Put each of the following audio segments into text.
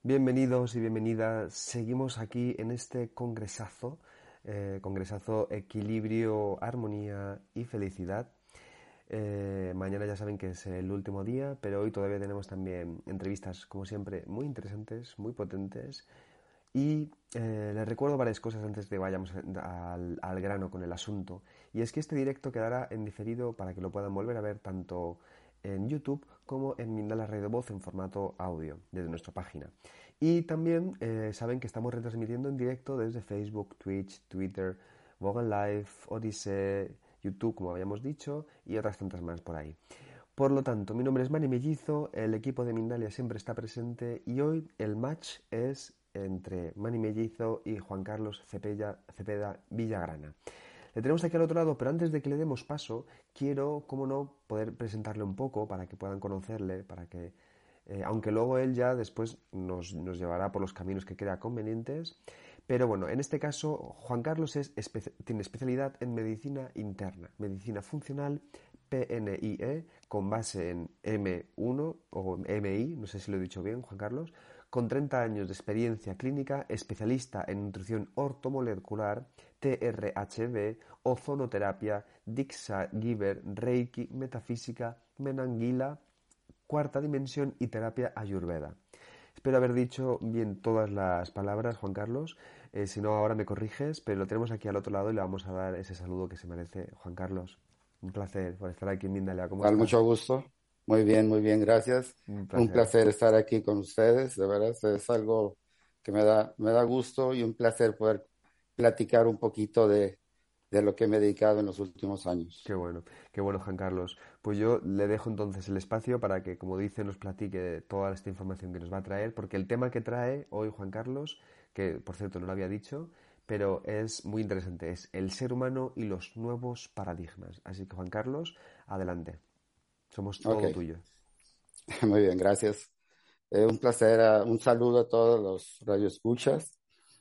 Bienvenidos y bienvenidas. Seguimos aquí en este congresazo Equilibrio, Armonía y Felicidad. Mañana ya saben que es el último día, pero hoy todavía tenemos también entrevistas, como siempre, muy interesantes, muy potentes. Y les recuerdo varias cosas antes de vayamos al grano con el asunto. Y es que este directo quedará en diferido para que lo puedan volver a ver tanto en YouTube como en Mindala Red de Voz en formato audio desde nuestra página. Y también saben que estamos retransmitiendo en directo desde Facebook, Twitch, Twitter, Google Live, Odyssey, YouTube, como habíamos dicho, y otras tantas más por ahí. Por lo tanto, mi nombre es Manny Mellizo, el equipo de Mindalia siempre está presente y hoy el match es entre Manny Mellizo y Juan Carlos Cepeda Villagrana. Le tenemos aquí al otro lado, pero antes de que le demos paso, quiero, como no, poder presentarle un poco para que puedan conocerle, para que, aunque luego él ya después nos llevará por los caminos que crea convenientes. Pero bueno, en este caso, Juan Carlos tiene especialidad en medicina interna, medicina funcional, PNIE, con base en M1 o MI, no sé si lo he dicho bien, Juan Carlos, con 30 años de experiencia clínica, especialista en nutrición ortomolecular, TRHB, ozonoterapia, Dixa Giver, Reiki, metafísica, menanguila, cuarta dimensión y terapia ayurveda. Espero haber dicho bien todas las palabras, Juan Carlos. Si no, ahora me corriges, pero lo tenemos aquí al otro lado y le vamos a dar ese saludo que se merece, Juan Carlos. Un placer por estar aquí en Mindalia. ¿Cómo Al estás? mucho gusto. Muy bien, gracias. Un Un placer. placer estar aquí con ustedes, de verdad, es algo que me da gusto y un placer poder platicar un poquito de lo que me he dedicado en los últimos años. Qué bueno, Juan Carlos. Pues yo le dejo entonces el espacio para que, como dice, nos platique de toda esta información que nos va a traer, porque el tema que trae hoy Juan Carlos, que por cierto no lo había dicho, pero es muy interesante, es el ser humano y los nuevos paradigmas. Así que Juan Carlos, adelante. Somos Ok, todo tuyo. muy bien, gracias. Un placer, un saludo a todos los radioescuchas.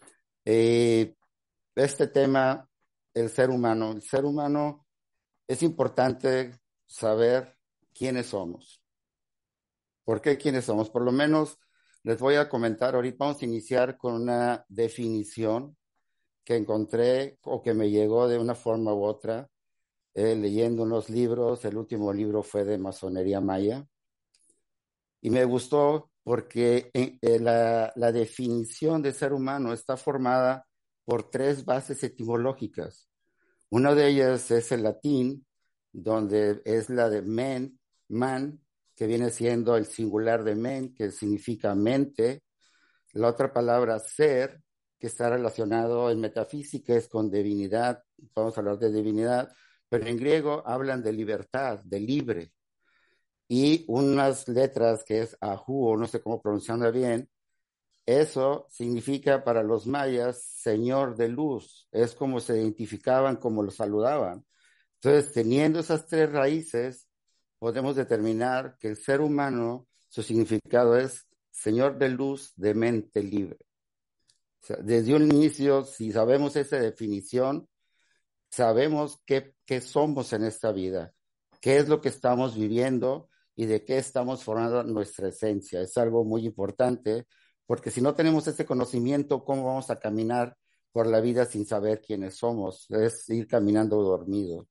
Eh, este tema, el ser humano es importante saber quiénes somos. ¿Por qué quiénes somos? Por lo menos les voy a comentar, ahorita vamos a iniciar con una definición que encontré o que me llegó de una forma u otra, leyendo unos libros. El último libro fue de masonería maya y me gustó porque la definición de ser humano está formada por tres bases etimológicas. Una de ellas es el latín, donde es la de man, que viene siendo el singular de men, que significa mente. La otra palabra ser, que está relacionado en metafísica, es con divinidad. Vamos a hablar de divinidad, pero en griego hablan de libertad, de libre. Y unas letras que es ajú, o no sé cómo pronunciarlo bien, eso significa para los mayas señor de luz. Es como se identificaban, como lo saludaban. Entonces, teniendo esas tres raíces, podemos determinar que el ser humano, su significado es señor de luz, de mente libre. O sea, desde un inicio, si sabemos esa definición, sabemos qué somos en esta vida, qué es lo que estamos viviendo y de qué estamos formando nuestra esencia. Es algo muy importante, porque si no tenemos ese conocimiento, ¿cómo vamos a caminar por la vida sin saber quiénes somos? Es ir caminando dormido.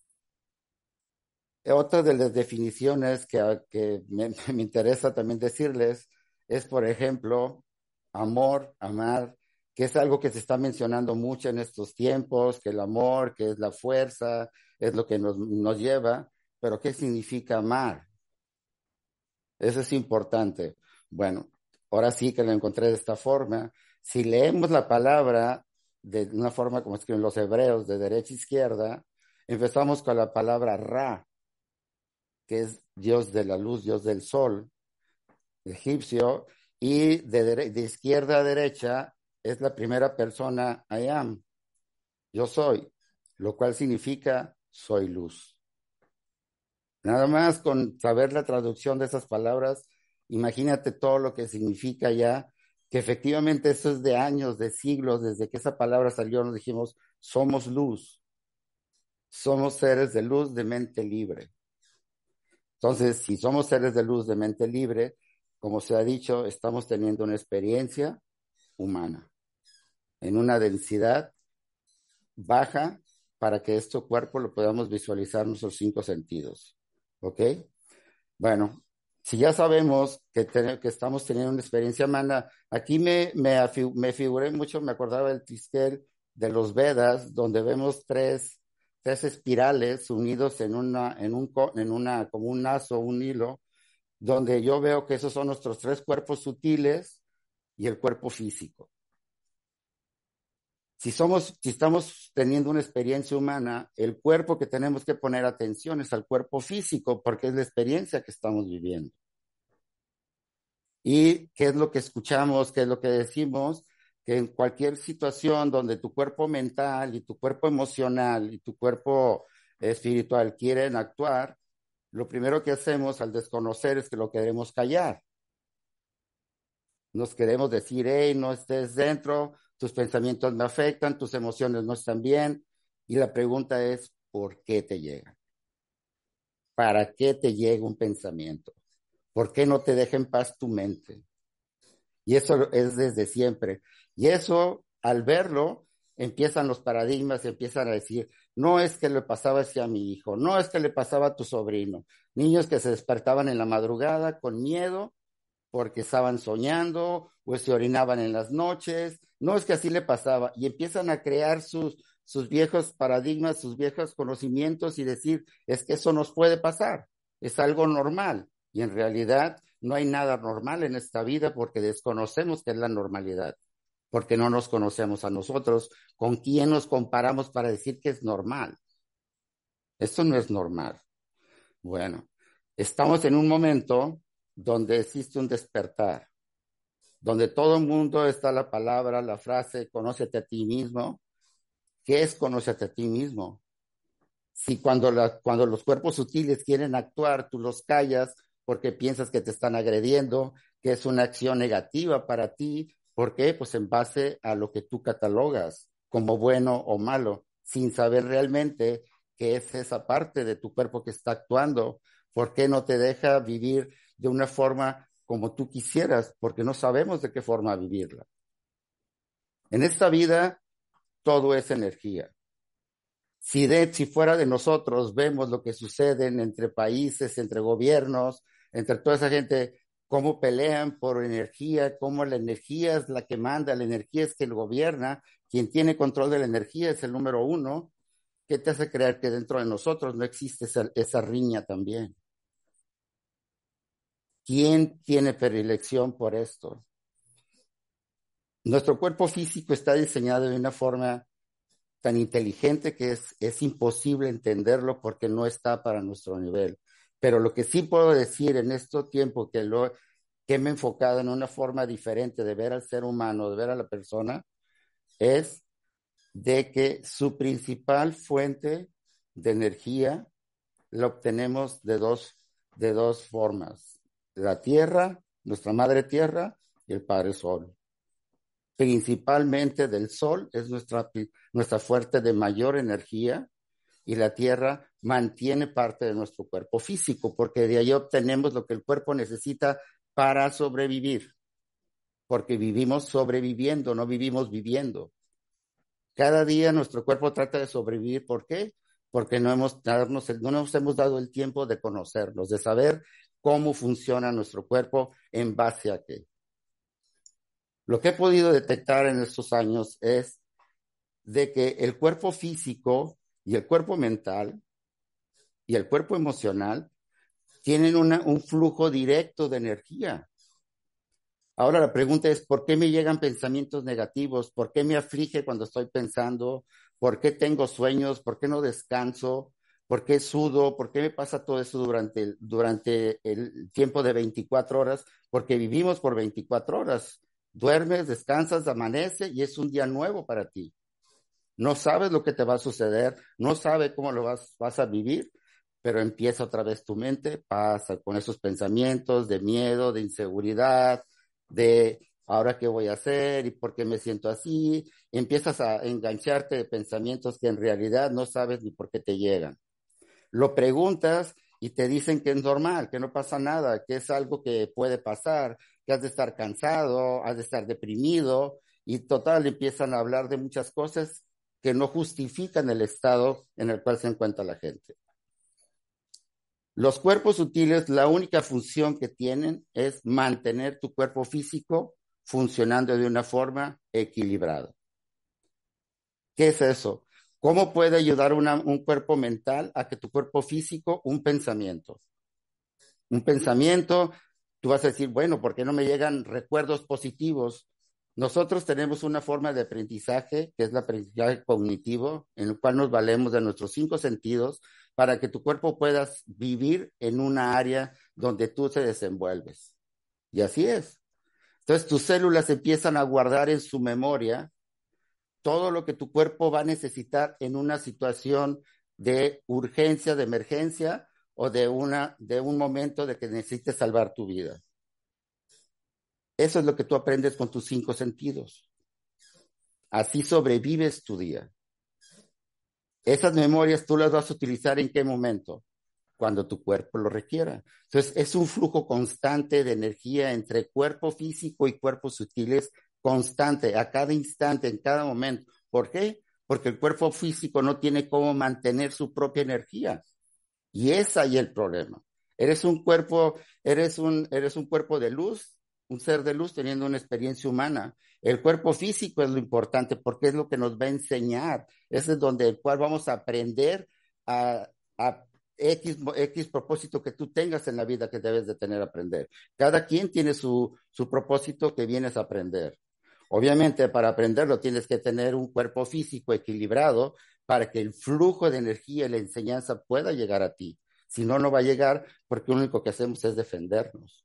Otra de las definiciones que me interesa también decirles es, por ejemplo, amor, amar, que es algo que se está mencionando mucho en estos tiempos, que el amor, que es la fuerza, es lo que nos lleva, pero ¿qué significa amar? Eso es importante. Bueno, ahora sí que lo encontré de esta forma. Si leemos la palabra de una forma como escriben los hebreos, de derecha a izquierda, empezamos con la palabra Ra, que es Dios de la luz, Dios del sol, egipcio, y de izquierda a derecha es la primera persona, I am, yo soy, lo cual significa soy luz. Nada más con saber la traducción de esas palabras, imagínate todo lo que significa ya, que efectivamente eso es de años, de siglos, desde que esa palabra salió, nos dijimos, somos luz, somos seres de luz, de mente libre. Entonces, si somos seres de luz, de mente libre, como se ha dicho, estamos teniendo una experiencia humana en una densidad baja para que este cuerpo lo podamos visualizar en nuestros 5 sentidos. ¿Ok? Bueno, si ya sabemos que estamos teniendo una experiencia humana, aquí me figuré mucho, me acordaba del Triskel de los Vedas, donde vemos tres espirales unidos como un lazo, un hilo, donde yo veo que esos son nuestros 3 cuerpos sutiles y el cuerpo físico. Si estamos teniendo una experiencia humana, el cuerpo que tenemos que poner atención es al cuerpo físico, porque es la experiencia que estamos viviendo. ¿Y qué es lo que escuchamos? ¿Qué es lo que decimos? Que en cualquier situación donde tu cuerpo mental y tu cuerpo emocional y tu cuerpo espiritual quieren actuar, lo primero que hacemos al desconocer es que lo queremos callar. Nos queremos decir, hey, no estés dentro, tus pensamientos me afectan, tus emociones no están bien. Y la pregunta es, ¿por qué te llegan? ¿Para qué te llega un pensamiento? ¿Por qué no te deja en paz tu mente? Y eso es desde siempre. Y eso, al verlo, empiezan los paradigmas, empiezan a decir, no es que le pasaba así a mi hijo, no es que le pasaba a tu sobrino. Niños que se despertaban en la madrugada con miedo porque estaban soñando o se orinaban en las noches. No es que así le pasaba. Y empiezan a crear sus viejos paradigmas, sus viejos conocimientos y decir, es que eso nos puede pasar, es algo normal. Y en realidad no hay nada normal en esta vida porque desconocemos qué es la normalidad, porque no nos conocemos a nosotros. ¿Con quién nos comparamos para decir que es normal? Esto no es normal. Bueno, estamos en un momento donde existe un despertar, donde todo el mundo está la palabra, la frase, conócete a ti mismo. ¿Qué es conócete a ti mismo? Si cuando los cuerpos sutiles quieren actuar, tú los callas porque piensas que te están agrediendo, que es una acción negativa para ti. ¿Por qué? Pues en base a lo que tú catalogas como bueno o malo, sin saber realmente qué es esa parte de tu cuerpo que está actuando. ¿Por qué no te deja vivir de una forma como tú quisieras? Porque no sabemos de qué forma vivirla. En esta vida todo es energía. Si fuera de nosotros vemos lo que sucede entre países, entre gobiernos, entre toda esa gente, cómo pelean por energía, cómo la energía es la que manda, la energía es quien gobierna, quien tiene control de la energía es el número uno. ¿Qué te hace creer que dentro de nosotros no existe esa riña también? ¿Quién tiene predilección por esto? Nuestro cuerpo físico está diseñado de una forma tan inteligente que es imposible entenderlo porque no está para nuestro nivel. Pero lo que sí puedo decir en este tiempo que me he enfocado en una forma diferente de ver al ser humano, de ver a la persona, es de que su principal fuente de energía la obtenemos de dos formas. La tierra, nuestra madre tierra y el padre sol. Principalmente del sol es nuestra fuente de mayor energía y la tierra mantiene parte de nuestro cuerpo físico porque de ahí obtenemos lo que el cuerpo necesita para sobrevivir, porque vivimos sobreviviendo, no vivimos viviendo. Cada día nuestro cuerpo trata de sobrevivir. ¿Por qué? Porque no nos hemos dado el tiempo de conocernos, de saber cómo funciona nuestro cuerpo en base a qué. Lo que he podido detectar en estos años es de que el cuerpo físico y el cuerpo mental y el cuerpo emocional tienen un flujo directo de energía. Ahora la pregunta es, ¿por qué me llegan pensamientos negativos? ¿Por qué me aflige cuando estoy pensando? ¿Por qué tengo sueños? ¿Por qué no descanso? ¿Por qué sudo? ¿Por qué me pasa todo eso durante el tiempo de 24 horas? Porque vivimos por 24 horas. Duermes, descansas, amanece y es un día nuevo para ti. No sabes lo que te va a suceder, no sabes cómo lo vas a vivir, pero empieza otra vez tu mente, pasa con esos pensamientos de miedo, de inseguridad, de ahora qué voy a hacer y por qué me siento así. Empiezas a engancharte de pensamientos que en realidad no sabes ni por qué te llegan. Lo preguntas y te dicen que es normal, que no pasa nada, que es algo que puede pasar, que has de estar cansado, has de estar deprimido, y total empiezan a hablar de muchas cosas que no justifican el estado en el cual se encuentra la gente. Los cuerpos sutiles, la única función que tienen es mantener tu cuerpo físico funcionando de una forma equilibrada. ¿Qué es eso? ¿Cómo puede ayudar un cuerpo mental a que tu cuerpo físico, un pensamiento? Un pensamiento, tú vas a decir, bueno, ¿por qué no me llegan recuerdos positivos? Nosotros tenemos una forma de aprendizaje, que es el aprendizaje cognitivo, en el cual nos valemos de nuestros 5 sentidos para que tu cuerpo puedas vivir en una área donde tú te desenvuelves. Y así es. Entonces tus células empiezan a guardar en su memoria todo lo que tu cuerpo va a necesitar en una situación de urgencia, de emergencia o de un momento de que necesites salvar tu vida. Eso es lo que tú aprendes con tus 5 sentidos. Así sobrevives tu día. Esas memorias tú las vas a utilizar ¿en qué momento? Cuando tu cuerpo lo requiera. Entonces, es un flujo constante de energía entre cuerpo físico y cuerpos sutiles, constante, a cada instante, en cada momento. ¿Por qué? Porque el cuerpo físico no tiene cómo mantener su propia energía. Y es ahí el problema. Eres un cuerpo de luz, un ser de luz teniendo una experiencia humana. El cuerpo físico es lo importante porque es lo que nos va a enseñar. Ese es donde el cual vamos a aprender a X propósito que tú tengas en la vida que debes de tener a aprender. Cada quien tiene su propósito que vienes a aprender. Obviamente, para aprenderlo tienes que tener un cuerpo físico equilibrado para que el flujo de energía y la enseñanza pueda llegar a ti. Si no, no va a llegar porque lo único que hacemos es defendernos.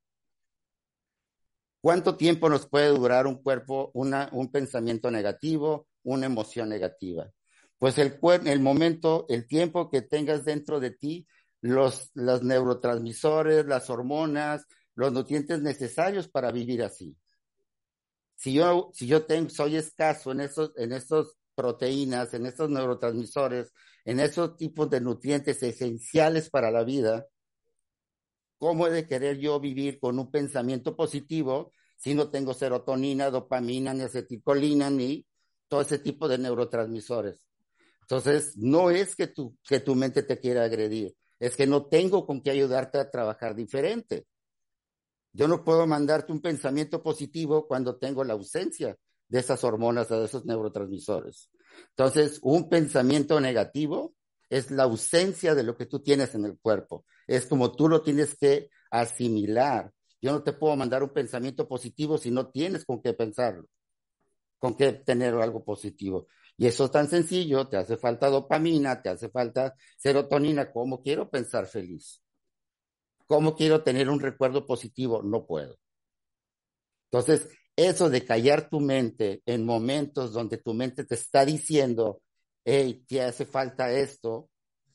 ¿Cuánto tiempo nos puede durar un cuerpo, un pensamiento negativo, una emoción negativa? Pues el tiempo que tengas dentro de ti, los neurotransmisores, las hormonas, los nutrientes necesarios para vivir así. Si yo soy escaso en estos proteínas, en estos neurotransmisores, en esos tipos de nutrientes esenciales para la vida, ¿cómo he de querer yo vivir con un pensamiento positivo si no tengo serotonina, dopamina, ni acetilcolina, ni todo ese tipo de neurotransmisores? Entonces, no es que tu mente te quiera agredir, es que no tengo con qué ayudarte a trabajar diferente. Yo no puedo mandarte un pensamiento positivo cuando tengo la ausencia de esas hormonas o de esos neurotransmisores. Entonces, un pensamiento negativo es la ausencia de lo que tú tienes en el cuerpo. Es como tú lo tienes que asimilar. Yo no te puedo mandar un pensamiento positivo si no tienes con qué pensarlo, con qué tener algo positivo. Y eso es tan sencillo, te hace falta dopamina, te hace falta serotonina. ¿Cómo quiero pensar feliz? ¿Cómo quiero tener un recuerdo positivo? No puedo. Entonces, eso de callar tu mente en momentos donde tu mente te está diciendo, hey, te hace falta esto,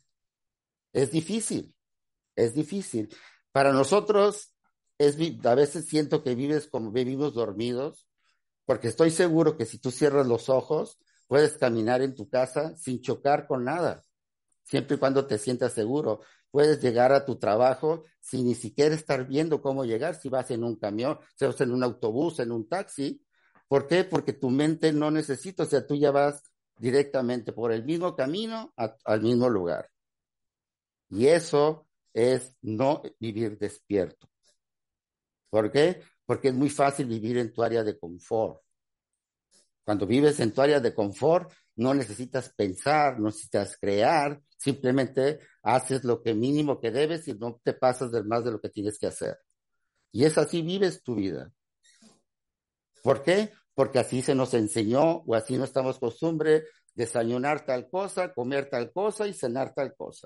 es difícil, es difícil. Para nosotros, a veces siento que vives como vivimos dormidos, porque estoy seguro que si tú cierras los ojos, puedes caminar en tu casa sin chocar con nada, siempre y cuando te sientas seguro. Puedes llegar a tu trabajo sin ni siquiera estar viendo cómo llegar, si vas en un camión, si vas en un autobús, en un taxi. ¿Por qué? Porque tu mente no necesita, o sea, tú ya vas directamente por el mismo camino al mismo lugar. Y eso es no vivir despierto. ¿Por qué? Porque es muy fácil vivir en tu área de confort. Cuando vives en tu área de confort, no necesitas pensar, no necesitas crear, simplemente haces lo que mínimo que debes y no te pasas de más de lo que tienes que hacer. Y es así vives tu vida. ¿Por qué? Porque así se nos enseñó o así no estamos costumbre desayunar tal cosa, comer tal cosa y cenar tal cosa.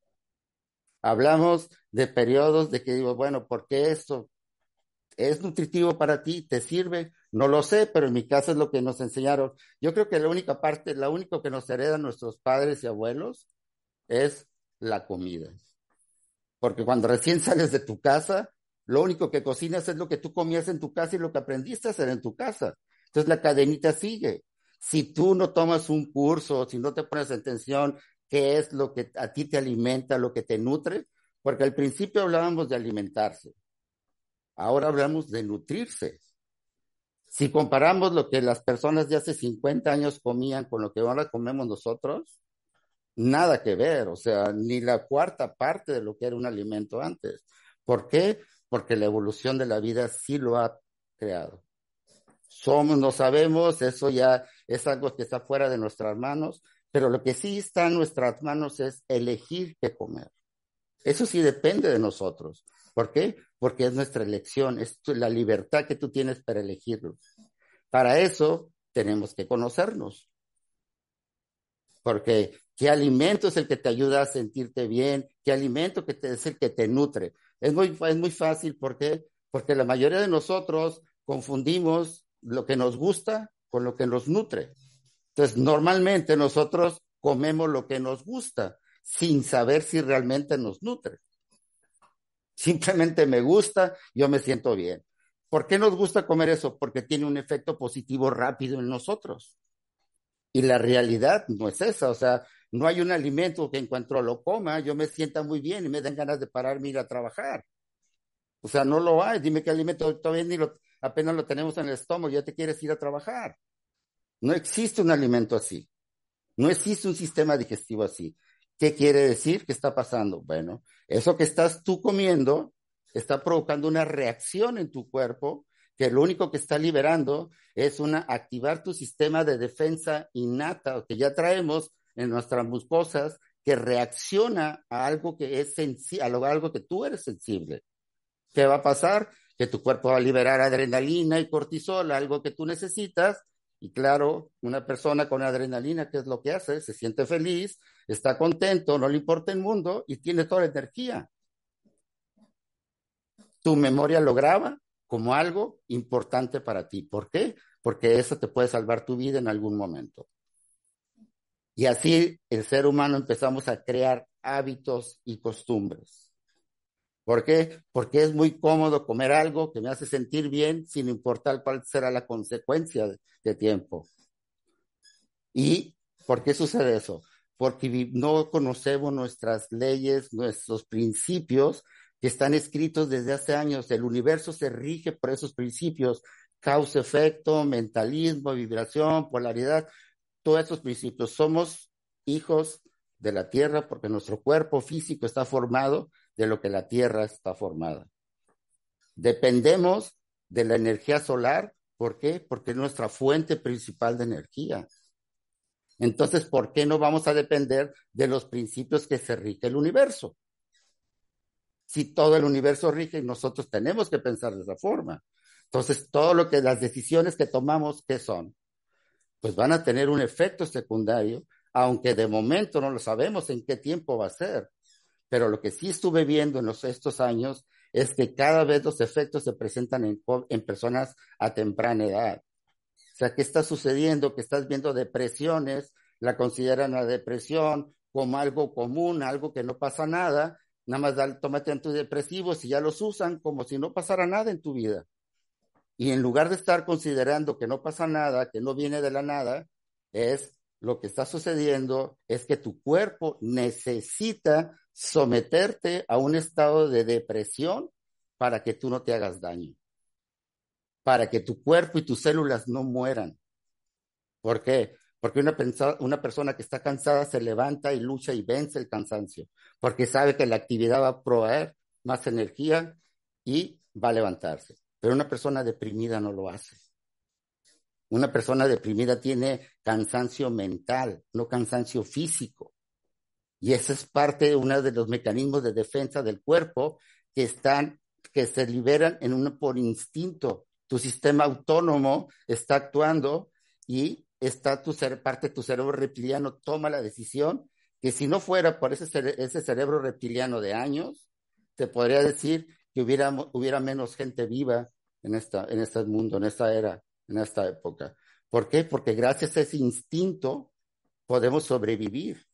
Hablamos de periodos de que digo, bueno, ¿por qué esto es nutritivo para ti? ¿Te sirve? No lo sé, pero en mi casa es lo que nos enseñaron. Yo creo que la única que nos heredan nuestros padres y abuelos es la comida. Porque cuando recién sales de tu casa, lo único que cocinas es lo que tú comías en tu casa y lo que aprendiste a hacer en tu casa. Entonces la cadenita sigue. Si tú no tomas un curso, si no te pones atención qué es lo que a ti te alimenta, lo que te nutre, Porque al principio hablábamos de alimentarse, ahora hablamos de nutrirse. Si comparamos lo que las personas de hace 50 años comían con lo que ahora comemos nosotros, nada que ver, o sea, ni la cuarta parte de lo que era un alimento antes. ¿Por qué? Porque la evolución de la vida sí lo ha creado. Somos, no sabemos, eso ya es algo que está fuera de nuestras manos, pero lo que sí está en nuestras manos es elegir qué comer. Eso sí depende de nosotros. ¿Por qué? Porque es nuestra elección, es la libertad que tú tienes para elegirlo. Para eso tenemos que conocernos, porque qué alimento es el que te ayuda a sentirte bien, qué alimento es el que te nutre. Es muy fácil, ¿por qué? Porque la mayoría de nosotros confundimos lo que nos gusta con lo que nos nutre. Entonces, normalmente nosotros comemos lo que nos gusta sin saber si realmente nos nutre. Simplemente me gusta, yo me siento bien. ¿Por qué nos gusta comer eso? Porque tiene un efecto positivo rápido en nosotros. Y la realidad no es esa, o sea, no hay un alimento que en cuanto lo coma, yo me sienta muy bien y me den ganas de pararme y ir a trabajar. O sea, no lo hay. Dime qué alimento todavía apenas lo tenemos en el estómago, ya te quieres ir a trabajar. No existe un alimento así. No existe un sistema digestivo así. ¿Qué quiere decir? ¿Qué está pasando? Bueno, eso que estás tú comiendo está provocando una reacción en tu cuerpo que lo único que está liberando es activar tu sistema de defensa innata que ya traemos en nuestras mucosas que reacciona a algo que es sensible, a algo que tú eres sensible. ¿Qué va a pasar? Que tu cuerpo va a liberar adrenalina y cortisol, algo que tú necesitas. Y claro, una persona con adrenalina, ¿qué es lo que hace? Se siente feliz, está contento, no le importa el mundo y tiene toda la energía. Tu memoria lo graba como algo importante para ti. ¿Por qué? Porque eso te puede salvar tu vida en algún momento. Y así el ser humano empezamos a crear hábitos y costumbres. ¿Por qué? Porque es muy cómodo comer algo que me hace sentir bien sin importar cuál será la consecuencia de tiempo. ¿Y por qué sucede eso? Porque no conocemos nuestras leyes, nuestros principios que están escritos desde hace años. El universo se rige por esos principios, causa-efecto, mentalismo, vibración, polaridad, todos esos principios. Somos hijos de la Tierra porque nuestro cuerpo físico está formado de lo que la Tierra está formada. Dependemos de la energía solar. ¿Por qué? Porque es nuestra fuente principal de energía. Entonces, ¿por qué no vamos a depender de los principios que se rige el universo? Si todo el universo rige, nosotros tenemos que pensar de esa forma. Entonces, las decisiones que tomamos, ¿qué son? Pues van a tener un efecto secundario, aunque de momento no lo sabemos en qué tiempo va a ser. Pero lo que sí estuve viendo en estos años es que cada vez los efectos se presentan en personas a temprana edad. O sea, ¿qué está sucediendo? Que estás viendo depresiones, la consideran la depresión como algo común, algo que no pasa nada, nada más tómate antidepresivos y ya los usan como si no pasara nada en tu vida. Y en lugar de estar considerando que no pasa nada, que no viene de la nada, lo que está sucediendo es que tu cuerpo necesita someterte a un estado de depresión para que tú no te hagas daño, para que tu cuerpo y tus células no mueran. ¿Por qué? Porque una persona que está cansada se levanta y lucha y vence el cansancio, porque sabe que la actividad va a proveer más energía y va a levantarse. Pero una persona deprimida no lo hace. Una persona deprimida tiene cansancio mental, no cansancio físico. Y ese es parte de uno de los mecanismos de defensa del cuerpo que se liberan por instinto. Tu sistema autónomo está actuando y parte de tu cerebro reptiliano toma la decisión que si no fuera por ese cerebro reptiliano de años, te podría decir que hubiera menos gente viva en este mundo, en esta era, en esta época. ¿Por qué? Porque gracias a ese instinto podemos sobrevivir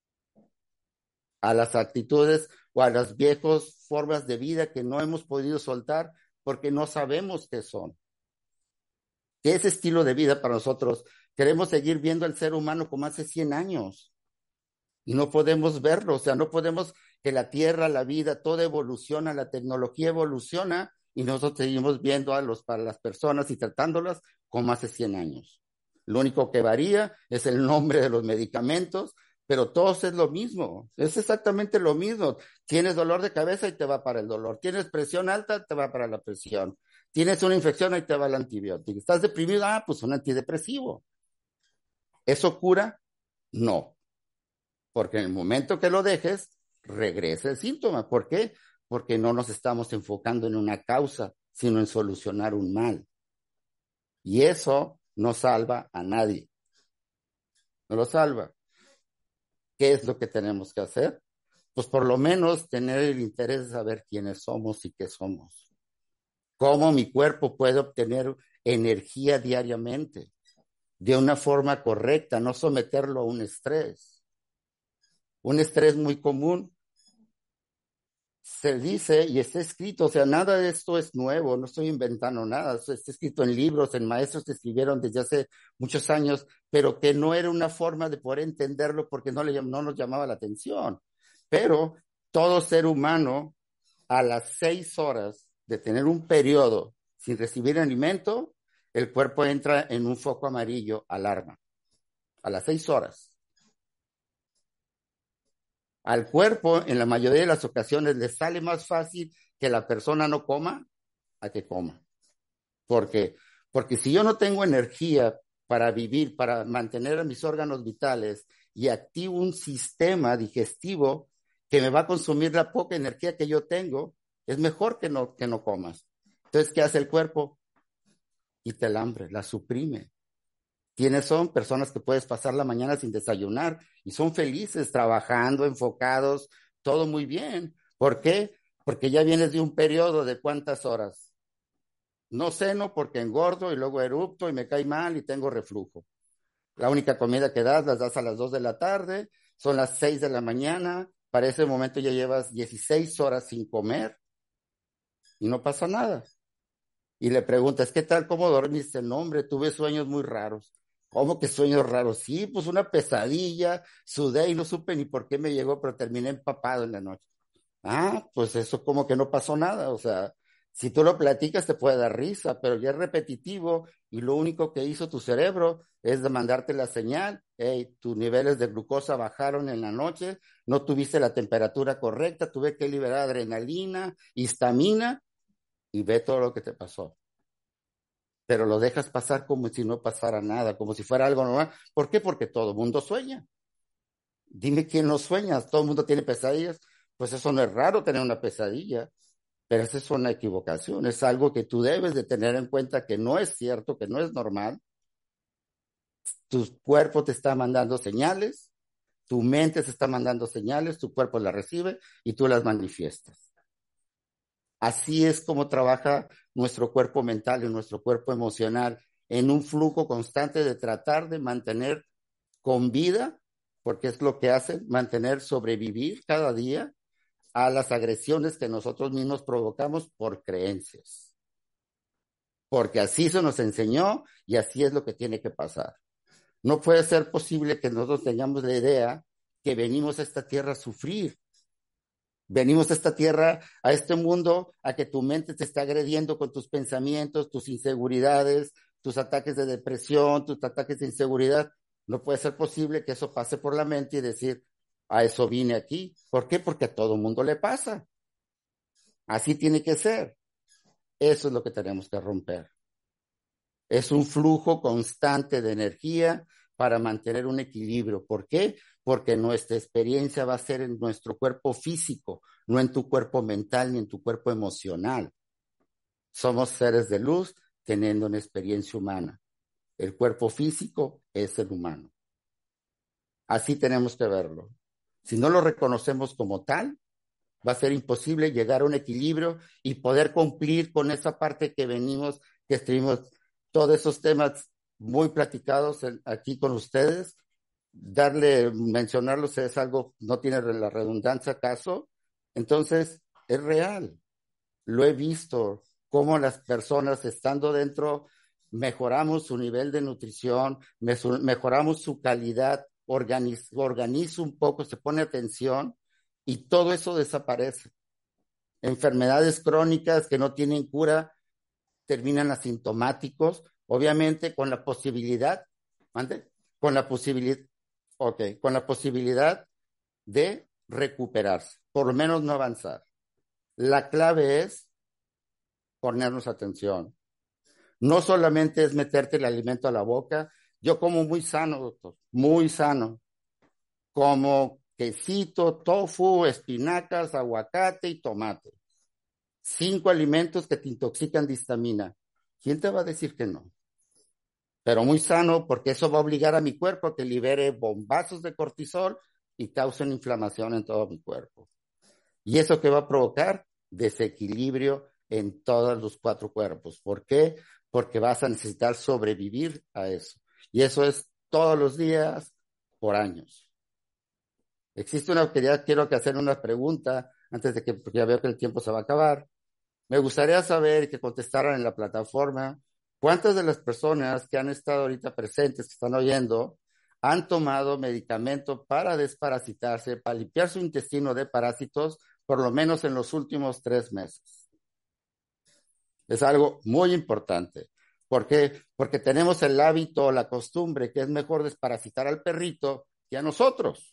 a las actitudes o a las viejas formas de vida que no hemos podido soltar porque no sabemos qué son. Que ese estilo de vida para nosotros, queremos seguir viendo al ser humano como hace 100 años y no podemos verlo, o sea, no podemos que la tierra, la vida, todo evoluciona, la tecnología evoluciona y nosotros seguimos viendo para las personas y tratándolas como hace 100 años. Lo único que varía es el nombre de los medicamentos, pero todos es lo mismo, es exactamente lo mismo. Tienes dolor de cabeza y te va para el dolor. Tienes presión alta, te va para la presión. Tienes una infección y te va el antibiótico. ¿Estás deprimido? Pues un antidepresivo. ¿Eso cura? No, porque en el momento que lo dejes, regresa el síntoma. ¿Por qué? Porque no nos estamos enfocando en una causa, sino en solucionar un mal. Y eso no salva a nadie. No lo salva. ¿Qué es lo que tenemos que hacer? Pues por lo menos tener el interés de saber quiénes somos y qué somos. Cómo mi cuerpo puede obtener energía diariamente de una forma correcta, no someterlo a un estrés. Un estrés muy común se dice y está escrito, o sea, nada de esto es nuevo, no estoy inventando nada, está escrito en libros, en maestros que escribieron desde hace muchos años, pero que no era una forma de poder entenderlo porque no nos llamaba la atención. Pero todo ser humano, a las 6 horas de tener un periodo sin recibir alimento, el cuerpo entra en un foco amarillo, alarma, a las 6 horas. Al cuerpo, en la mayoría de las ocasiones, le sale más fácil que la persona no coma a que coma. ¿Por qué? Porque si yo no tengo energía para vivir, para mantener a mis órganos vitales y activo un sistema digestivo que me va a consumir la poca energía que yo tengo, es mejor que no comas. Entonces, ¿qué hace el cuerpo? Quita el hambre, la suprime. ¿Quiénes son? Personas que puedes pasar la mañana sin desayunar y son felices, trabajando, enfocados, todo muy bien. ¿Por qué? Porque ya vienes de un periodo de ¿cuántas horas? No ceno porque engordo y luego erupto y me cae mal y tengo reflujo. La única comida que das, las das a las 2 de la tarde, son las 6 de la mañana, para ese momento ya llevas 16 horas sin comer y no pasa nada. Y le preguntas, ¿qué tal? ¿Cómo dormiste? No, hombre, tuve sueños muy raros. ¿Cómo que sueños raros? Sí, pues una pesadilla, sudé y no supe ni por qué me llegó, pero terminé empapado en la noche. Pues eso como que no pasó nada. O sea, si tú lo platicas te puede dar risa, pero ya es repetitivo y lo único que hizo tu cerebro es de mandarte la señal, hey, tus niveles de glucosa bajaron en la noche, no tuviste la temperatura correcta, tuve que liberar adrenalina, histamina y ve todo lo que te pasó. Pero lo dejas pasar como si no pasara nada, como si fuera algo normal. ¿Por qué? Porque todo el mundo sueña. Dime quién no sueña, todo el mundo tiene pesadillas. Pues eso no es raro tener una pesadilla, pero esa es una equivocación, es algo que tú debes de tener en cuenta que no es cierto, que no es normal. Tu cuerpo te está mandando señales, tu mente se está mandando señales, tu cuerpo las recibe y tú las manifiestas. Así es como trabaja nuestro cuerpo mental y nuestro cuerpo emocional en un flujo constante de tratar de mantener con vida, porque es lo que hacen, mantener sobrevivir cada día a las agresiones que nosotros mismos provocamos por creencias. Porque así se nos enseñó y así es lo que tiene que pasar. No puede ser posible que nosotros tengamos la idea que venimos a esta tierra a sufrir. Venimos a esta tierra, a este mundo, a que tu mente te está agrediendo con tus pensamientos, tus inseguridades, tus ataques de depresión, tus ataques de inseguridad. No puede ser posible que eso pase por la mente y decir, a eso vine aquí. ¿Por qué? Porque a todo mundo le pasa. Así tiene que ser. Eso es lo que tenemos que romper. Es un flujo constante de energía para mantener un equilibrio. ¿Por qué? Porque nuestra experiencia va a ser en nuestro cuerpo físico, no en tu cuerpo mental ni en tu cuerpo emocional. Somos seres de luz teniendo una experiencia humana. El cuerpo físico es el humano. Así tenemos que verlo. Si no lo reconocemos como tal, va a ser imposible llegar a un equilibrio y poder cumplir con esa parte que venimos, que estuvimos todos esos temas muy platicados aquí con ustedes. Mencionarlos es algo, no tiene la redundancia acaso. Entonces, es real. Lo he visto, cómo las personas estando dentro mejoramos su nivel de nutrición, mejoramos su calidad, organiza un poco, se pone atención y todo eso desaparece. Enfermedades crónicas que no tienen cura terminan asintomáticos, obviamente con la posibilidad, ¿mande? Con la posibilidad, con la posibilidad de recuperarse, por lo menos no avanzar. La clave es ponernos atención. No solamente es meterte el alimento a la boca. Yo como muy sano, doctor, muy sano. Como quesito, tofu, espinacas, aguacate y tomate. 5 alimentos que te intoxican de histamina. ¿Quién te va a decir que no? Pero muy sano, porque eso va a obligar a mi cuerpo a que libere bombazos de cortisol y cause una inflamación en todo mi cuerpo. ¿Y eso qué va a provocar? Desequilibrio en todos los 4 cuerpos. ¿Por qué? Porque vas a necesitar sobrevivir a eso. Y eso es todos los días por años. Existe una, quiero que hacer una pregunta antes de que, porque ya veo que el tiempo se va a acabar. Me gustaría saber que contestaran en la plataforma cuántas de las personas que han estado ahorita presentes, que están oyendo, han tomado medicamento para desparasitarse, para limpiar su intestino de parásitos, por lo menos en los últimos 3 meses. Es algo muy importante. ¿Por qué? Porque tenemos el hábito, la costumbre, que es mejor desparasitar al perrito que a nosotros.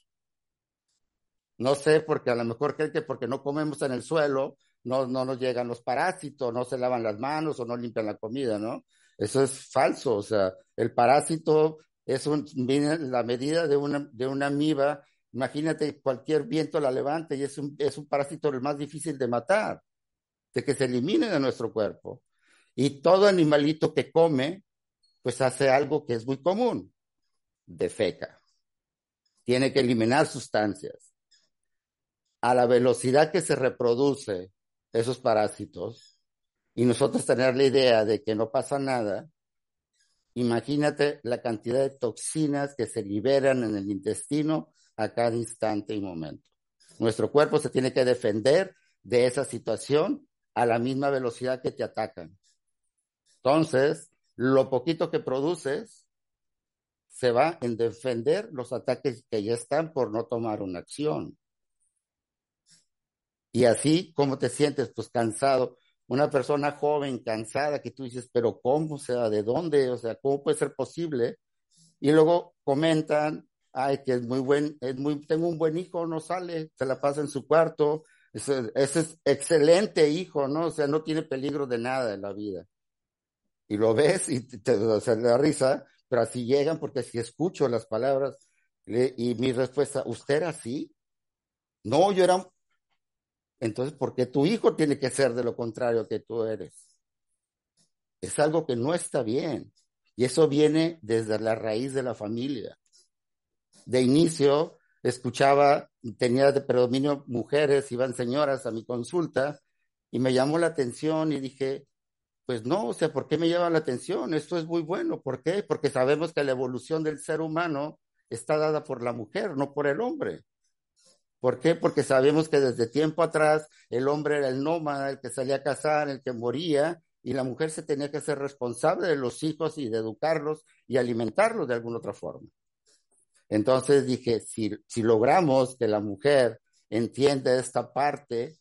No sé, porque a lo mejor creen que porque no comemos en el suelo, no nos llegan los parásitos, no se lavan las manos o no limpian la comida, ¿no? Eso es falso. O sea, el parásito es la medida de una amiba. Imagínate, cualquier viento la levante y es un parásito el más difícil de matar, de que se elimine de nuestro cuerpo. Y todo animalito que come, pues hace algo que es muy común, defeca. Tiene que eliminar sustancias. A la velocidad que se reproduce esos parásitos y nosotros tener la idea de que no pasa nada, imagínate la cantidad de toxinas que se liberan en el intestino a cada instante y momento. Nuestro cuerpo se tiene que defender de esa situación a la misma velocidad que te atacan. Entonces, lo poquito que produces se va en defender los ataques que ya están por no tomar una acción. Y así, ¿cómo te sientes? Pues cansado. Una persona joven, cansada, que tú dices, pero ¿cómo? O sea, ¿de dónde? O sea, ¿cómo puede ser posible? Y luego comentan, ay, que es muy tengo un buen hijo, no sale, se la pasa en su cuarto, ese es excelente hijo, ¿no? O sea, no tiene peligro de nada en la vida. Y lo ves y o sea, le da risa, pero así llegan porque si escucho las palabras y mi respuesta, ¿usted era así? No, yo era. Entonces, ¿por qué tu hijo tiene que ser de lo contrario que tú eres? Es algo que no está bien. Y eso viene desde la raíz de la familia. De inicio, escuchaba, tenía de predominio mujeres, iban señoras a mi consulta y me llamó la atención y dije, pues no, o sea, ¿por qué me llama la atención? Esto es muy bueno. ¿Por qué? Porque sabemos que la evolución del ser humano está dada por la mujer, no por el hombre. ¿Por qué? Porque sabemos que desde tiempo atrás el hombre era el nómada, el que salía a cazar, el que moría, y la mujer se tenía que ser responsable de los hijos y de educarlos y alimentarlos de alguna otra forma. Entonces dije, si logramos que la mujer entienda esta parte,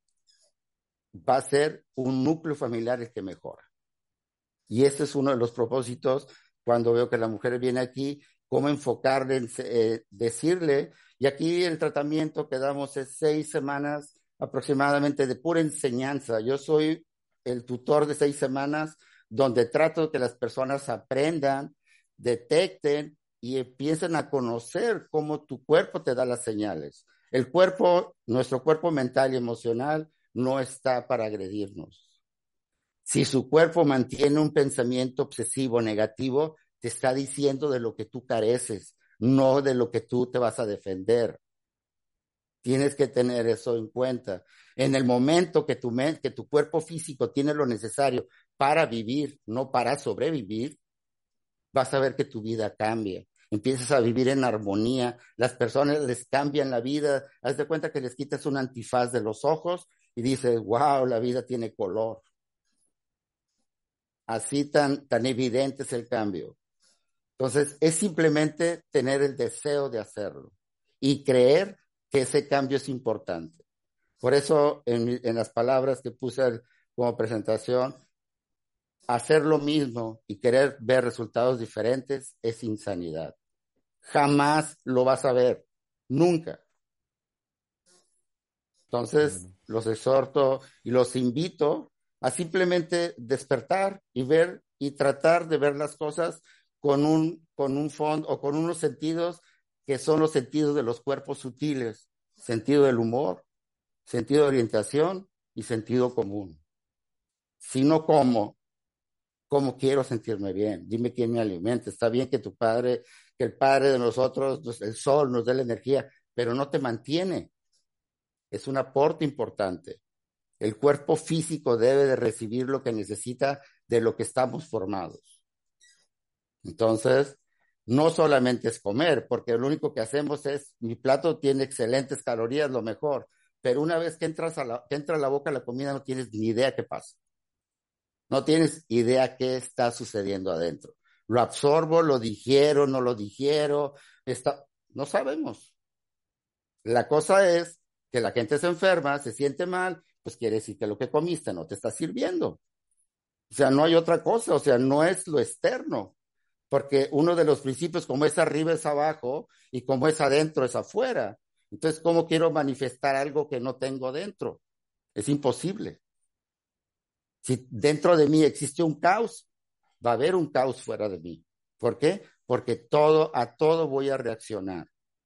va a ser un núcleo familiar el que mejora. Y ese es uno de los propósitos cuando veo que la mujer viene aquí, cómo enfocarle, decirle, y aquí el tratamiento que damos es 6 semanas aproximadamente de pura enseñanza. Yo soy el tutor de 6 semanas donde trato que las personas aprendan, detecten y empiecen a conocer cómo tu cuerpo te da las señales. El cuerpo, nuestro cuerpo mental y emocional no está para agredirnos. Si su cuerpo mantiene un pensamiento obsesivo negativo, te está diciendo de lo que tú careces, no de lo que tú te vas a defender. Tienes que tener eso en cuenta. En el momento que que tu cuerpo físico tiene lo necesario para vivir, no para sobrevivir, vas a ver que tu vida cambia. Empiezas a vivir en armonía. Las personas les cambian la vida. Haz de cuenta que les quitas un antifaz de los ojos y dices, wow, la vida tiene color. Así tan evidente es el cambio. Entonces, es simplemente tener el deseo de hacerlo y creer que ese cambio es importante. Por eso, en las palabras que puse como presentación, hacer lo mismo y querer ver resultados diferentes es insanidad. Jamás lo vas a ver, nunca. Entonces, los exhorto y los invito a simplemente despertar y ver y tratar de ver las cosas con un fondo o con unos sentidos que son los sentidos de los cuerpos sutiles, sentido del humor, sentido de orientación y sentido común. Si no como, ¿cómo quiero sentirme bien? Dime quién me alimenta. Está bien que que el Padre de nosotros, el sol, nos dé la energía, pero no te mantiene. Es un aporte importante. El cuerpo físico debe de recibir lo que necesita de lo que estamos formados. Entonces, no solamente es comer, porque lo único que hacemos es, mi plato tiene excelentes calorías, lo mejor, pero una vez que entra a la boca la comida no tienes ni idea qué pasa. No tienes idea qué está sucediendo adentro. Lo absorbo, lo digiero, no lo digiero, no sabemos. La cosa es que la gente se enferma, se siente mal, pues quiere decir que lo que comiste no te está sirviendo. O sea, no hay otra cosa, o sea, no es lo externo, porque uno de los principios, como es arriba es abajo y como es adentro es afuera. Entonces, ¿cómo quiero manifestar algo que no tengo dentro? Es imposible. Si dentro de mí existe un caos, va a haber un caos fuera de mí. ¿Por qué? Porque a todo voy a reaccionar.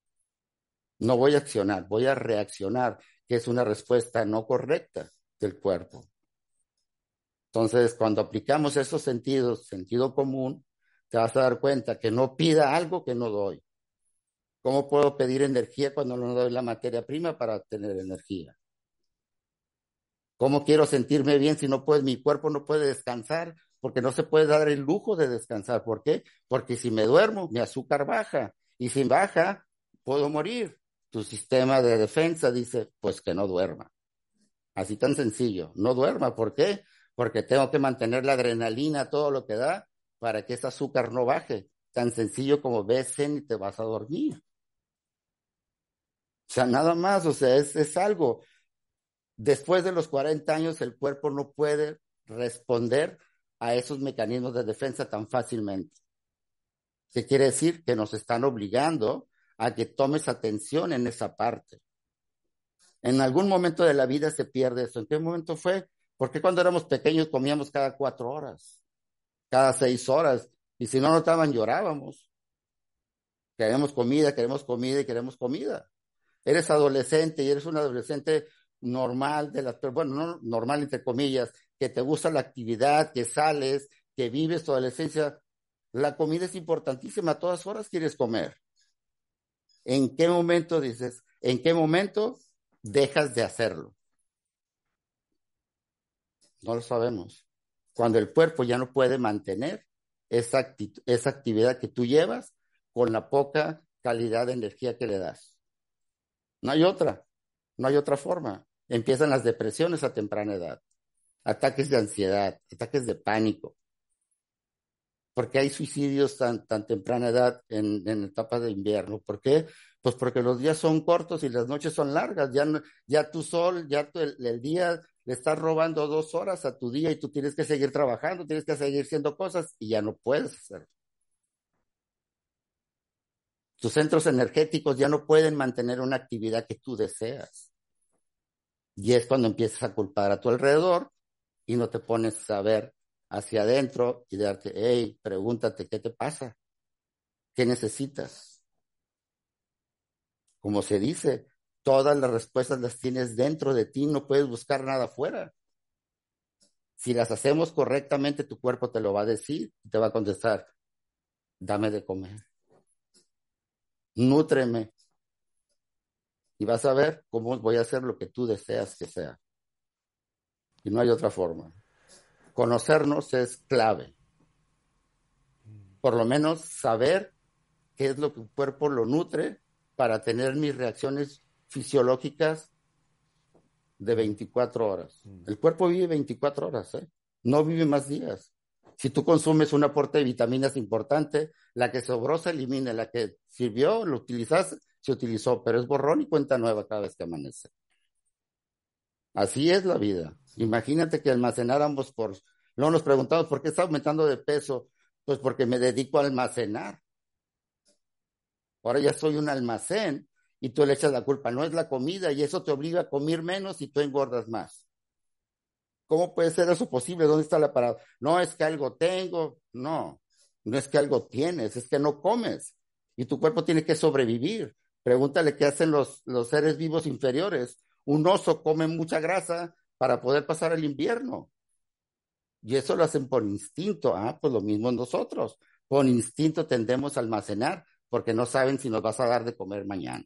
No voy a accionar, voy a reaccionar, que es una respuesta no correcta del cuerpo. Entonces, cuando aplicamos esos sentidos, sentido común, te vas a dar cuenta que no pida algo que no doy. ¿Cómo puedo pedir energía cuando no doy la materia prima para tener energía? ¿Cómo quiero sentirme bien si mi cuerpo no puede descansar? Porque no se puede dar el lujo de descansar. ¿Por qué? Porque si me duermo, mi azúcar baja. Y si baja, puedo morir. Tu sistema de defensa dice, pues que no duerma. Así tan sencillo. No duerma. ¿Por qué? Porque tengo que mantener la adrenalina, todo lo que da, para que ese azúcar no baje. Tan sencillo como ves y te vas a dormir. O sea, nada más. O sea, es algo. Después de los 40 años, el cuerpo no puede responder a esos mecanismos de defensa tan fácilmente. ¿Qué quiere decir? Que nos están obligando a que tomes atención en esa parte. En algún momento de la vida se pierde eso. ¿En qué momento fue? Porque cuando éramos pequeños comíamos cada 4 horas, cada 6 horas, y si no notaban llorábamos. Queremos comida y queremos comida. Eres adolescente y eres un adolescente normal, bueno, no normal entre comillas, que te gusta la actividad, que sales, que vives tu adolescencia. La comida es importantísima, a todas horas quieres comer. ¿En qué momento dices? ¿En qué momento dejas de hacerlo? No lo sabemos. Cuando el cuerpo ya no puede mantener esa actividad que tú llevas con la poca calidad de energía que le das. No hay otra forma. Empiezan las depresiones a temprana edad, ataques de ansiedad, ataques de pánico. Porque hay suicidios tan temprana edad en etapa de invierno. ¿Por qué? Pues porque los días son cortos y las noches son largas. Ya tu sol, el día le estás robando 2 horas a tu día y tú tienes que seguir trabajando, tienes que seguir haciendo cosas y ya no puedes hacerlo. Tus centros energéticos ya no pueden mantener una actividad que tú deseas. Y es cuando empiezas a culpar a tu alrededor y no te pones a ver hacia adentro y darte, hey, pregúntate, ¿qué te pasa? ¿Qué necesitas? Como se dice, todas las respuestas las tienes dentro de ti, no puedes buscar nada afuera. Si las hacemos correctamente, tu cuerpo te lo va a decir y te va a contestar, dame de comer, nútreme, y vas a ver cómo voy a hacer lo que tú deseas que sea. Y no hay otra forma. Conocernos es clave. Por lo menos saber qué es lo que el cuerpo lo nutre para tener mis reacciones fisiológicas de 24 horas. El cuerpo vive 24 horas, ¿eh? No vive más días. Si tú consumes un aporte de vitaminas importante, la que sobró se elimina, la que sirvió, lo utilizas, se utilizó, pero es borrón y cuenta nueva cada vez que amanece. Así es la vida. Imagínate que almacenáramos no nos preguntamos por qué está aumentando de peso, pues porque me dedico a almacenar. Ahora ya soy un almacén y tú le echas la culpa, no es la comida y eso te obliga a comer menos y tú engordas más. ¿Cómo puede ser eso posible? ¿Dónde está la parada? No es que algo tengo, no es que algo tienes, es que no comes y tu cuerpo tiene que sobrevivir. Pregúntale qué hacen los seres vivos inferiores. Un oso come mucha grasa para poder pasar el invierno y eso lo hacen por instinto. Pues lo mismo nosotros. Por instinto tendemos a almacenar porque no saben si nos vas a dar de comer mañana.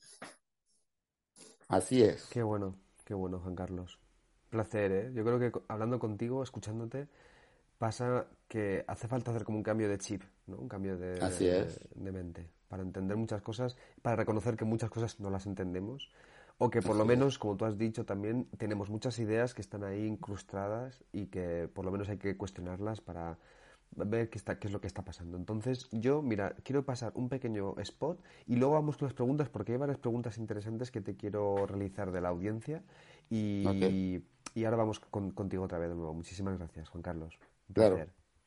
Así es. Qué bueno, Juan Carlos. Placer, ¿eh? Yo creo que hablando contigo, escuchándote, pasa que hace falta hacer como un cambio de chip, ¿no? Un cambio Así es. de mente, para entender muchas cosas, para reconocer que muchas cosas no las entendemos, o que por lo Así es. menos, como tú has dicho, también tenemos muchas ideas que están ahí incrustadas y que por lo menos hay que cuestionarlas para ver qué es lo que está pasando. Entonces, yo, mira, quiero pasar un pequeño spot y luego vamos con las preguntas, porque hay varias preguntas interesantes que te quiero realizar de la audiencia Ok, y ahora vamos contigo otra vez de nuevo. Muchísimas gracias, Juan Carlos. Un claro. placer.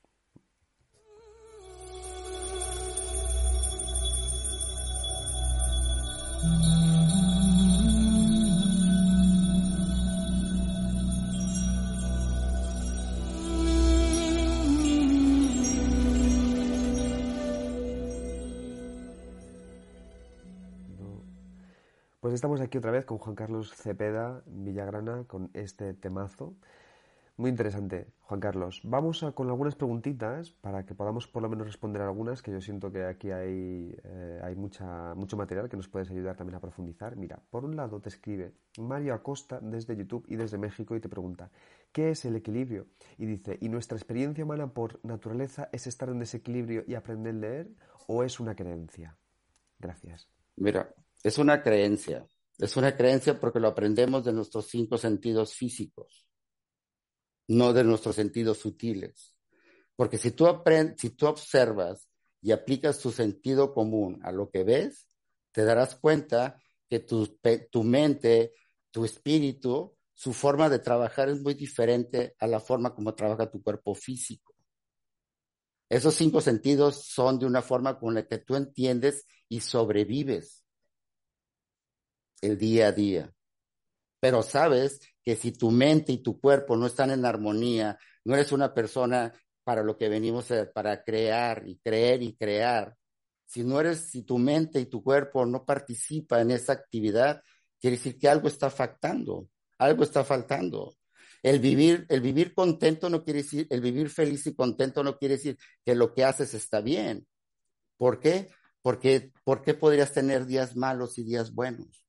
No. Pues estamos aquí otra vez con Juan Carlos Cepeda Villagrana con este temazo. Muy interesante, Juan Carlos. Vamos con algunas preguntitas para que podamos por lo menos responder algunas, que yo siento que aquí hay mucho material que nos puedes ayudar también a profundizar. Mira, por un lado te escribe Mario Acosta desde YouTube y desde México y te pregunta, ¿qué es el equilibrio? Y dice, ¿y nuestra experiencia humana por naturaleza es estar en desequilibrio y aprender a leer o es una creencia? Gracias. Mira, es una creencia. Es una creencia porque lo aprendemos de nuestros 5 sentidos físicos, no de nuestros sentidos sutiles. Porque si tú observas y aplicas tu sentido común a lo que ves, te darás cuenta que tu mente, tu espíritu, su forma de trabajar es muy diferente a la forma como trabaja tu cuerpo físico. Esos 5 sentidos son de una forma con la que tú entiendes y sobrevives el día a día. Pero sabes que si tu mente y tu cuerpo no están en armonía, no eres una persona para lo que venimos a, para crear y creer y crear. Si tu mente y tu cuerpo no participan en esa actividad, quiere decir que algo está faltando, algo está faltando. El vivir contento no quiere decir, el vivir feliz y contento no quiere decir que lo que haces está bien. ¿Por qué? ¿Por qué podrías tener días malos y días buenos?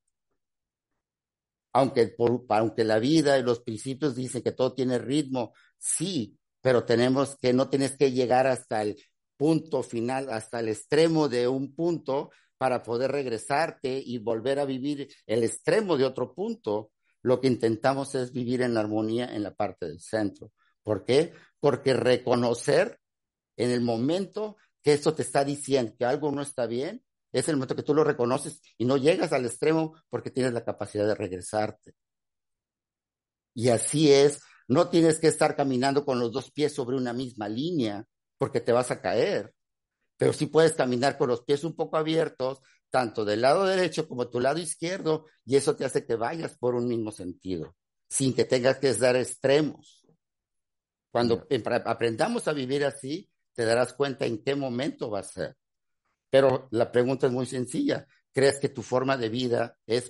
Aunque la vida y los principios dicen que todo tiene ritmo, sí, pero no tienes que llegar hasta el punto final, hasta el extremo de un punto para poder regresarte y volver a vivir el extremo de otro punto. Lo que intentamos es vivir en armonía en la parte del centro. ¿Por qué? Porque reconocer en el momento que esto te está diciendo que algo no está bien, es el momento que tú lo reconoces y no llegas al extremo porque tienes la capacidad de regresarte. Y así es, no tienes que estar caminando con los 2 pies sobre una misma línea porque te vas a caer, pero sí puedes caminar con los pies un poco abiertos, tanto del lado derecho como tu lado izquierdo, y eso te hace que vayas por un mismo sentido, sin que tengas que dar extremos. Ya. Cuando aprendamos a vivir así, te darás cuenta en qué momento va a ser. Pero la pregunta es muy sencilla. ¿Crees que tu forma de vida es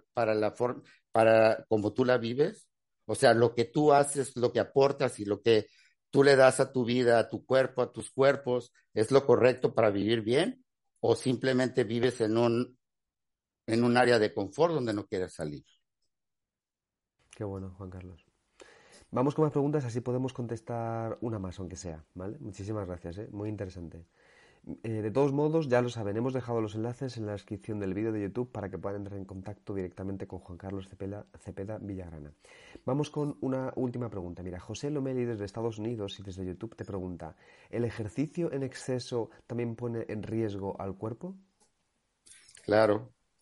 para como tú la vives? O sea, lo que tú haces, lo que aportas y lo que tú le das a tu vida, a tu cuerpo, a tus cuerpos, ¿es lo correcto para vivir bien? ¿O simplemente vives en un área de confort donde no quieres salir? Qué bueno, Juan Carlos. Vamos con más preguntas, así podemos contestar una más, aunque sea, ¿vale? Muchísimas gracias, ¿eh? Muy interesante. De todos modos, ya lo saben, hemos dejado los enlaces en la descripción del vídeo de YouTube para que puedan entrar en contacto directamente con Juan Carlos Cepeda Villagrana. Vamos con una última pregunta. Mira, José Lomeli desde Estados Unidos y desde YouTube te pregunta, ¿el ejercicio en exceso también pone en riesgo al cuerpo? Claro.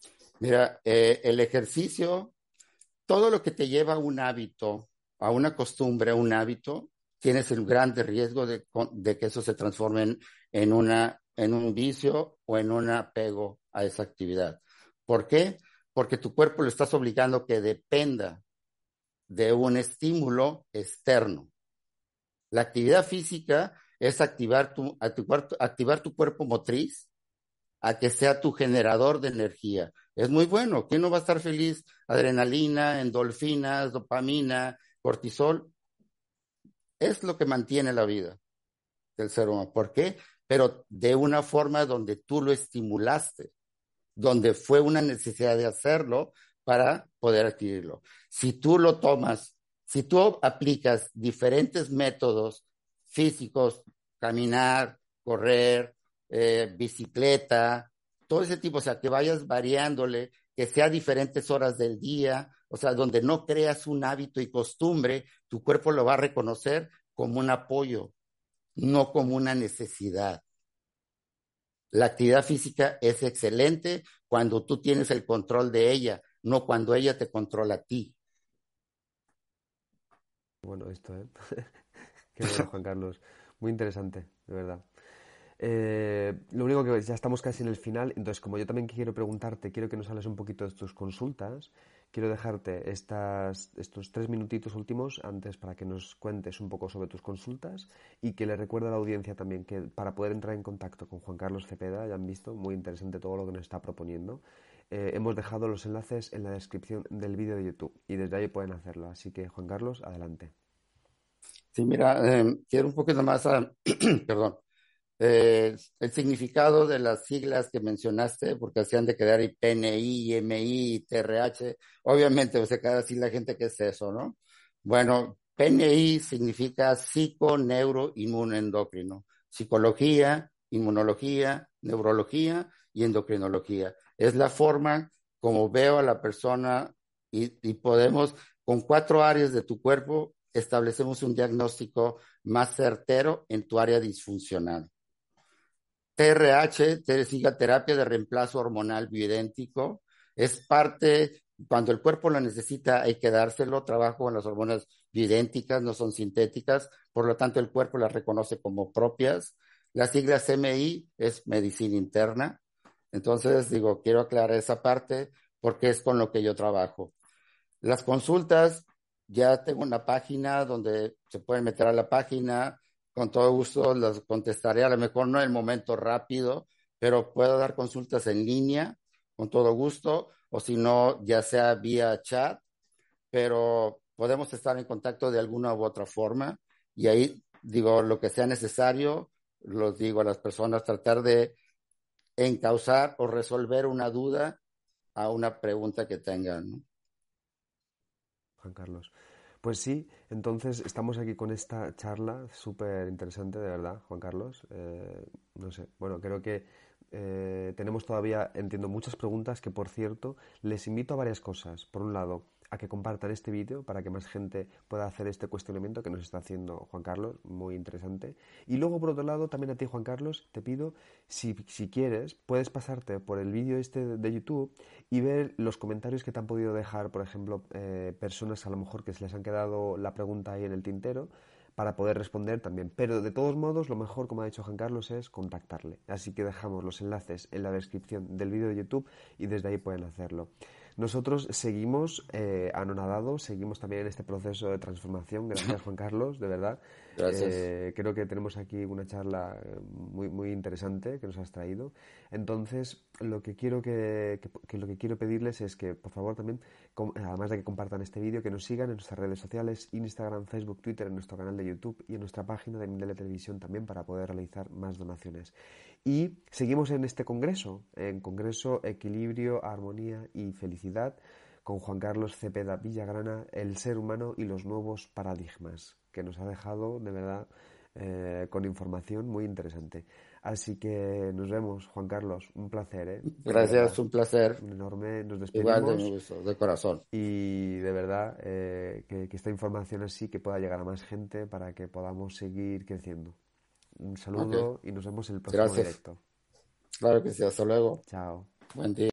Mira, el ejercicio, todo lo que te lleva a un hábito, a una costumbre, a un hábito, tienes el grande riesgo de que eso se transforme en un vicio o en un apego a esa actividad. ¿Por qué? Porque tu cuerpo lo estás obligando a que dependa de un estímulo externo. La actividad física es activar tu cuerpo motriz a que sea tu generador de energía. Es muy bueno. ¿Quién no va a estar feliz? Adrenalina, endorfinas, dopamina, cortisol. Es lo que mantiene la vida del ser humano. ¿Por qué? Pero de una forma donde tú lo estimulaste, donde fue una necesidad de hacerlo para poder adquirirlo. Si tú lo tomas, si tú aplicas diferentes métodos físicos, caminar, correr, bicicleta, todo ese tipo, o sea, que vayas variándole, que sea diferentes horas del día, o sea, donde no creas un hábito y costumbre, tu cuerpo lo va a reconocer como un apoyo, no como una necesidad. La actividad física es excelente cuando tú tienes el control de ella, no cuando ella te controla a ti. Bueno, esto, ¿eh? Qué bueno, Juan Carlos. Muy interesante, de verdad. Lo único que ya estamos casi en el final, entonces como yo también quiero preguntarte, quiero que nos hables un poquito de tus consultas, quiero dejarte estos 3 minutitos últimos antes para que nos cuentes un poco sobre tus consultas y que le recuerde a la audiencia también que para poder entrar en contacto con Juan Carlos Cepeda, ya han visto, muy interesante todo lo que nos está proponiendo. Hemos dejado los enlaces en la descripción del vídeo de YouTube y desde ahí pueden hacerlo. Así que Juan Carlos, adelante. Sí, mira, quiero un poquito más, perdón, el significado de las siglas que mencionaste, porque hacían de quedar y PNI, MI, TRH, obviamente, o sea, cada sigla gente que es eso, ¿no? Bueno, PNI significa psico, neuro, inmunoendocrino, psicología, inmunología, neurología y endocrinología. Es la forma como veo a la persona y podemos, con 4 áreas de tu cuerpo, establecemos un diagnóstico más certero en tu área disfuncional. TRH, significa terapia de reemplazo hormonal bioidéntico, es parte, cuando el cuerpo lo necesita hay que dárselo, trabajo con las hormonas bioidénticas, no son sintéticas, por lo tanto el cuerpo las reconoce como propias. Las siglas MI es medicina interna, entonces digo, quiero aclarar esa parte porque es con lo que yo trabajo. Las consultas, ya tengo una página donde se pueden meter a la página, con todo gusto las contestaré, a lo mejor no en el momento rápido, pero puedo dar consultas en línea con todo gusto, o si no, ya sea vía chat, pero podemos estar en contacto de alguna u otra forma y ahí digo lo que sea necesario, los digo a las personas, tratar de encauzar o resolver una duda a una pregunta que tengan, ¿no? Juan Carlos. Pues sí, entonces estamos aquí con esta charla súper interesante, de verdad, Juan Carlos. No sé, bueno, creo que tenemos todavía, entiendo, muchas preguntas que, por cierto, les invito a varias cosas. Por un lado, a que compartan este vídeo para que más gente pueda hacer este cuestionamiento que nos está haciendo Juan Carlos, muy interesante. Y luego, por otro lado, también a ti, Juan Carlos, te pido, si quieres, puedes pasarte por el vídeo este de YouTube y ver los comentarios que te han podido dejar, por ejemplo, personas a lo mejor que se les han quedado la pregunta ahí en el tintero para poder responder también. Pero de todos modos, lo mejor, como ha dicho Juan Carlos, es contactarle. Así que dejamos los enlaces en la descripción del vídeo de YouTube y desde ahí pueden hacerlo. Nosotros seguimos anonadados, seguimos también en este proceso de transformación. Gracias, Juan Carlos, de verdad. Gracias. Creo que tenemos aquí una charla muy, muy interesante que nos has traído. Entonces, lo que quiero lo que quiero pedirles es que, por favor, también, además de que compartan este vídeo, que nos sigan en nuestras redes sociales, Instagram, Facebook, Twitter, en nuestro canal de YouTube y en nuestra página de Mindele Televisión también para poder realizar más donaciones. Y seguimos en este congreso, en Congreso Equilibrio, Armonía y Felicidad, con Juan Carlos Cepeda Villagrana, el ser humano y los nuevos paradigmas, que nos ha dejado, de verdad, con información muy interesante. Así que nos vemos, Juan Carlos, un placer, de Gracias, verdad, un placer. un enorme, nos Igual de mi despedimos gusto, de corazón. y de verdad que esta información así que pueda llegar a más gente para que podamos seguir creciendo. Un Ok, saludo y nos vemos en el próximo gracias. directo. Claro que sí, hasta luego. Chao. Buen día.